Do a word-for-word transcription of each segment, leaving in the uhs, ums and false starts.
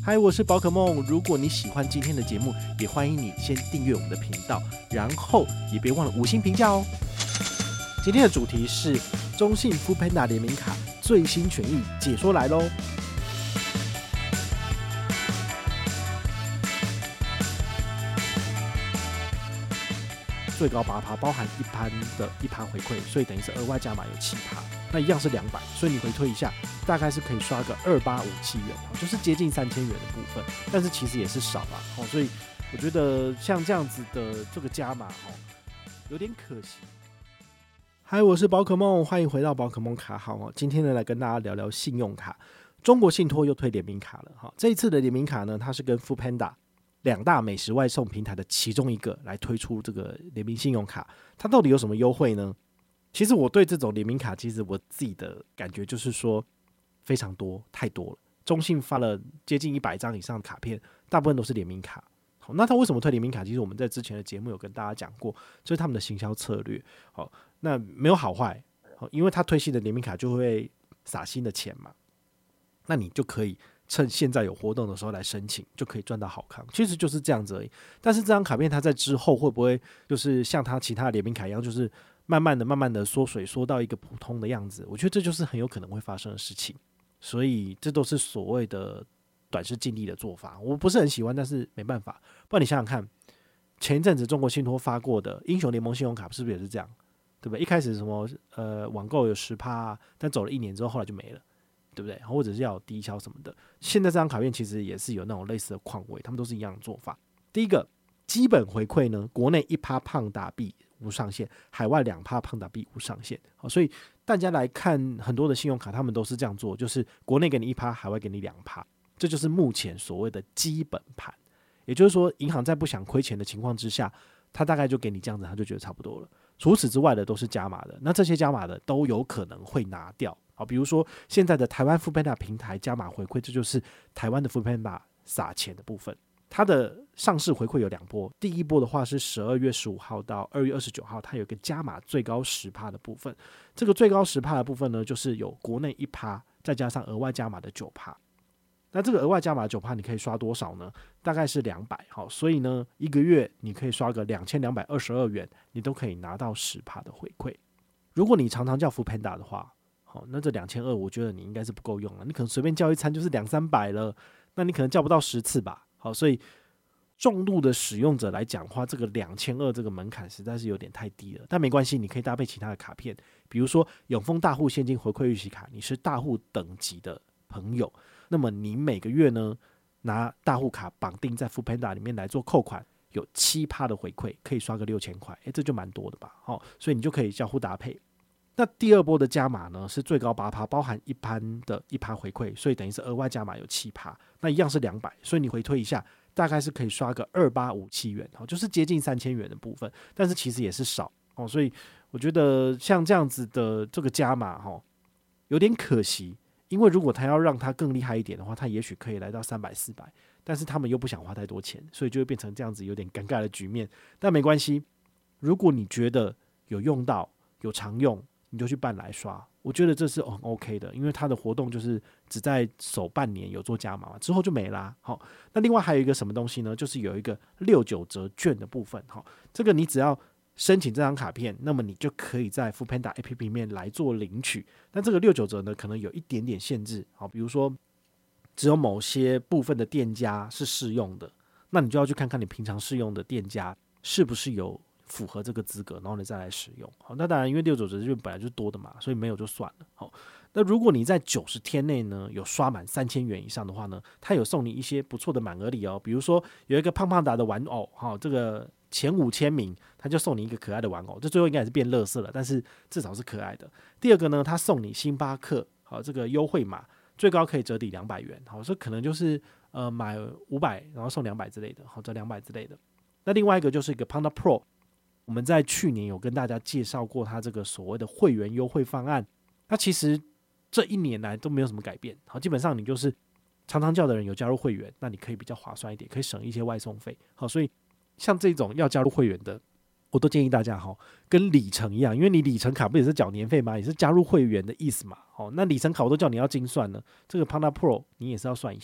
嗨，我是宝可梦。如果你喜欢今天的节目，也欢迎你先订阅我们的频道，然后也别忘了五星评价哦。今天的主题是中信 Foodpanda 联名卡最新权益解说来咯。最高八趴，包含一般的一趴回馈，所以等于是额外加码有七趴，那一样是两百，所以你回推一下，大概是可以刷个二八五七元，就是接近三千元的部分，但是其实也是少啦，所以我觉得像这样子的这个加码有点可惜。嗨，我是宝可梦，欢迎回到宝可梦卡号。今天呢，来跟大家聊聊信用卡。中国信托又推联名卡了，这一次的联名卡呢，它是跟 Foodpanda两大美食外送平台的其中一个来推出这个联名信用卡，它到底有什么优惠呢？其实我对这种联名卡，其实我自己的感觉就是说非常多，太多了。中信发了接近一百张以上的卡片，大部分都是联名卡。好，那他为什么推联名卡？其实我们在之前的节目有跟大家讲过，这是他们的行销策略。好，那没有好坏，因为他推新的联名卡就会撒新的钱嘛，那你就可以趁现在有活动的时候来申请，就可以赚到好康，其实就是这样子而已。但是这张卡片它在之后会不会就是像它其他的联名卡一样，就是慢慢的、慢慢的缩水，缩到一个普通的样子？我觉得这就是很有可能会发生的事情。所以这都是所谓的短视近利的做法，我不是很喜欢，但是没办法。不然你想想看，前一阵子中国信托发过的英雄联盟信用卡是不是也是这样？对不对？一开始什么呃网购有 百分之十、啊、但走了一年之后，后来就没了。对不对？或者是要有低消什么的。现在这张卡片其实也是有那种类似的况味，他们都是一样的做法。第一个基本回馈呢，国内一趴胖达币无上限，海外两趴胖达币无上限。好，所以大家来看很多的信用卡，他们都是这样做，就是国内给你一趴，海外给你两趴，这就是目前所谓的基本盘。也就是说，银行在不想亏钱的情况之下，他大概就给你这样子，他就觉得差不多了。除此之外的都是加码的，那这些加码的都有可能会拿掉。好，比如说现在的台湾 Foodpanda 平台加码回馈，这就是台湾的 Foodpanda 撒钱的部分。它的上市回馈有两波，第一波的话是十二月十五号到二月二十九号，它有一个加码最高 百分之十 的部分。这个最高 百分之十 的部分呢，就是有国内一趴，再加上额外加码的 百分之九。那这个额外加码的 百分之九 你可以刷多少呢？大概是两百。好，所以呢，一个月你可以刷个两千两百二十二元，你都可以拿到 百分之十 的回馈。如果你常常叫 Foodpanda 的话，好，那这两千二，我觉得你应该是不够用了。你可能随便叫一餐就是两三百了，那你可能叫不到十次吧。好，所以重度的使用者来讲的话，这个两千二这个门槛实在是有点太低了。但没关系，你可以搭配其他的卡片，比如说永丰大户现金回馈预期卡，你是大户等级的朋友，那么你每个月呢拿大户卡绑定在 Foodpanda 里面来做扣款，有 百分之七 的回馈，可以刷个六千块，诶，这就蛮多的吧。好，所以你就可以交互搭配。那第二波的加码呢，是最高 百分之八， 包含一般的一趴回馈，所以等于是额外加码有 百分之七， 那一样是两百，所以你回推一下，大概是可以刷个二八五七元，就是接近三千元的部分，但是其实也是少，所以我觉得像这样子的这个加码有点可惜，因为如果他要让它更厉害一点的话，他也许可以来到三百、四百，但是他们又不想花太多钱，所以就会变成这样子有点尴尬的局面。但没关系，如果你觉得有用到、有常用，你就去办来刷，我觉得这是很 OK 的，因为它的活动就是只在首半年有做加码嘛，之后就没啦。好，那另外还有一个什么东西呢？就是有一个六九折券的部分。好，这个你只要申请这张卡片，那么你就可以在 Foodpanda A P P 里面来做领取。那这个六九折呢，可能有一点点限制，好，比如说只有某些部分的店家是适用的，那你就要去看看你平常适用的店家是不是有符合这个资格，然后你再来使用。好，那当然因为六九折券本来就是多的嘛，所以没有就算了。好，那如果你在九十天内呢有刷满三千元以上的话呢，它有送你一些不错的满额礼哦，比如说有一个胖胖达的玩偶，好，这个前五千名他就送你一个可爱的玩偶，这最后应该也是变垃圾了，但是至少是可爱的。第二个呢，他送你星巴克，好，这个优惠码最高可以折抵两百元，好，这可能就是呃买五百然后送两百之类的，好，折两百之类的。那另外一个就是一个 Panda Pro。我们在去年有跟大家介绍过它这个所谓的会员优惠方案，它其实这一年来都没有什么改变。好，基本上你就是常常叫的人有加入会员，那你可以比较划算一点，可以省一些外送费。好，所以像这种要加入会员的，我都建议大家哈，跟里程一样，因为你里程卡不也是缴年费吗？也是加入会员的意思嘛。好，那里程卡我都叫你要精算了，这个 Panda Pro 你也是要算一下。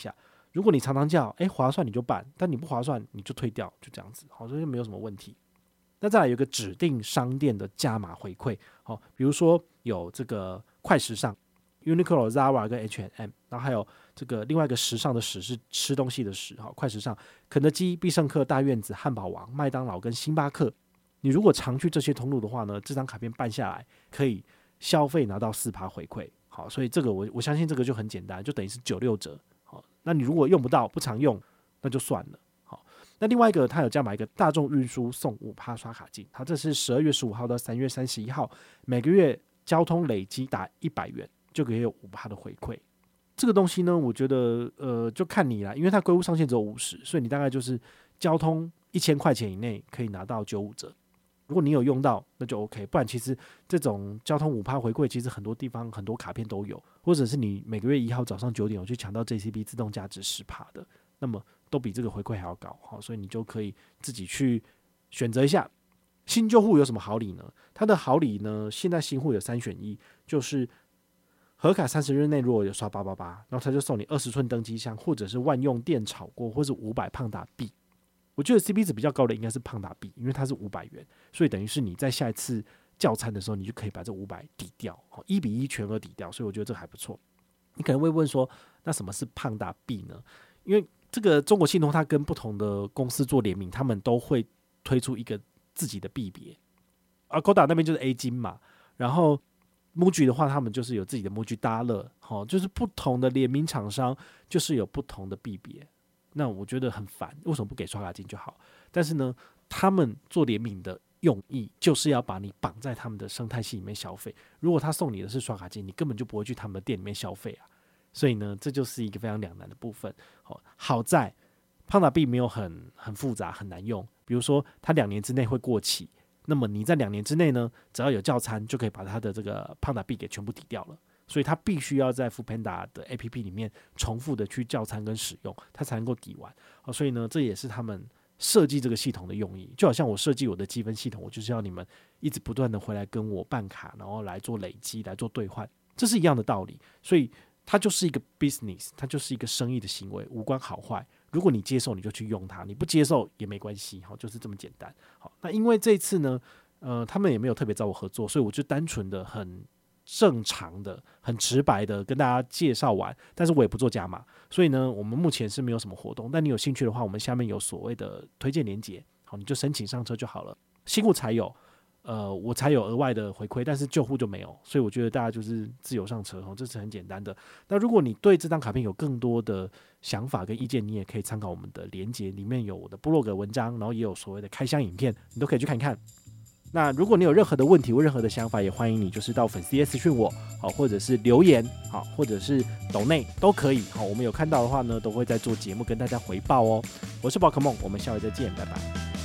如果你常常叫，哎，划算你就办，但你不划算你就退掉，就这样子，好，所以没有什么问题。那再来有一个指定商店的加码回馈，好，比如说有这个快时尚 Uniqlo、Zara 跟 H and M， 然后还有这个另外一个时尚的时是吃东西的时，好，快时尚，肯德基、必胜客、大院子、汉堡王、麦当劳跟星巴克，你如果常去这些通路的话呢，这张卡片办下来可以消费拿到 百分之四 回馈，好，所以这个我我相信这个就很简单，就等于是九六折，好，那你如果用不到不常用那就算了。那另外一个，它有加码一个大众运输送 百分之五 刷卡金，好，这是十二月十五号到三月三十一号，每个月交通累积达一百元就可以有 百分之五 的回馈。这个东西呢，我觉得呃就看你啦，因为它归户上限只有五十，所以你大概就是交通一千块钱以内可以拿到九五折。如果你有用到，那就 OK， 不然其实这种交通 百分之五 回馈，其实很多地方很多卡片都有，或者是你每个月一号早上九点我去抢到 J C B 自动价值 百分之十 的，那么都比这个回馈还要高，好，所以你就可以自己去选择一下。新旧户有什么好礼呢？它的好礼呢，现在新户有三选一，就是核卡三十日内如果有刷八八八，然后他就送你二十寸登机箱，或者是万用电炒锅，或是五百胖达币。我觉得 C P 值比较高的应该是胖达币，因为它是五百元，所以等于是你在下一次叫餐的时候，你就可以把这五百抵掉，一比一全额抵掉，所以我觉得这个还不错。你可能会问说，那什么是胖达币呢？因为这个中国信托它跟不同的公司做联名，他们都会推出一个自己的币别。Agoda 那边就是 A 金嘛，然后 Muji 的话，他们就是有自己的 Muji Dollar， 好，就是不同的联名厂商就是有不同的币别。那我觉得很烦，为什么不给刷卡金就好？但是呢，他们做联名的用意就是要把你绑在他们的生态系里面消费。如果他送你的是刷卡金，你根本就不会去他们的店里面消费啊。所以呢，这就是一个非常两难的部分。好，好在胖达币没有很很复杂很难用，比如说它两年之内会过期，那么你在两年之内呢，只要有叫餐就可以把它的这个胖达币给全部抵掉了。所以它必须要在 Foodpanda 的 A P P 里面重复的去叫餐跟使用，它才能够抵完。好，所以呢，这也是他们设计这个系统的用意。就好像我设计我的积分系统，我就是要你们一直不断的回来跟我办卡，然后来做累积，来做兑换，这是一样的道理。所以它就是一个 business， 它就是一个生意的行为，无关好坏。如果你接受，你就去用它；你不接受也没关系，好，就是这么简单。好，那因为这一次呢，呃，他们也没有特别找我合作，所以我就单纯的很正常的、很直白的跟大家介绍完，但是我也不做加码，所以呢，我们目前是没有什么活动。但你有兴趣的话，我们下面有所谓的推荐连结，好，你就申请上车就好了。新户才有。呃，我才有额外的回馈，但是旧户就没有，所以我觉得大家就是自由上车，这是很简单的。那如果你对这张卡片有更多的想法跟意见，你也可以参考我们的连结，里面有我的部落格文章，然后也有所谓的开箱影片，你都可以去看看。那如果你有任何的问题或任何的想法，也欢迎你就是到粉丝页私讯我，好，或者是留言，好，或者是抖内都可以，好，我们有看到的话呢，都会在做节目跟大家回报哦。我是宝可梦，我们下回再见，拜拜。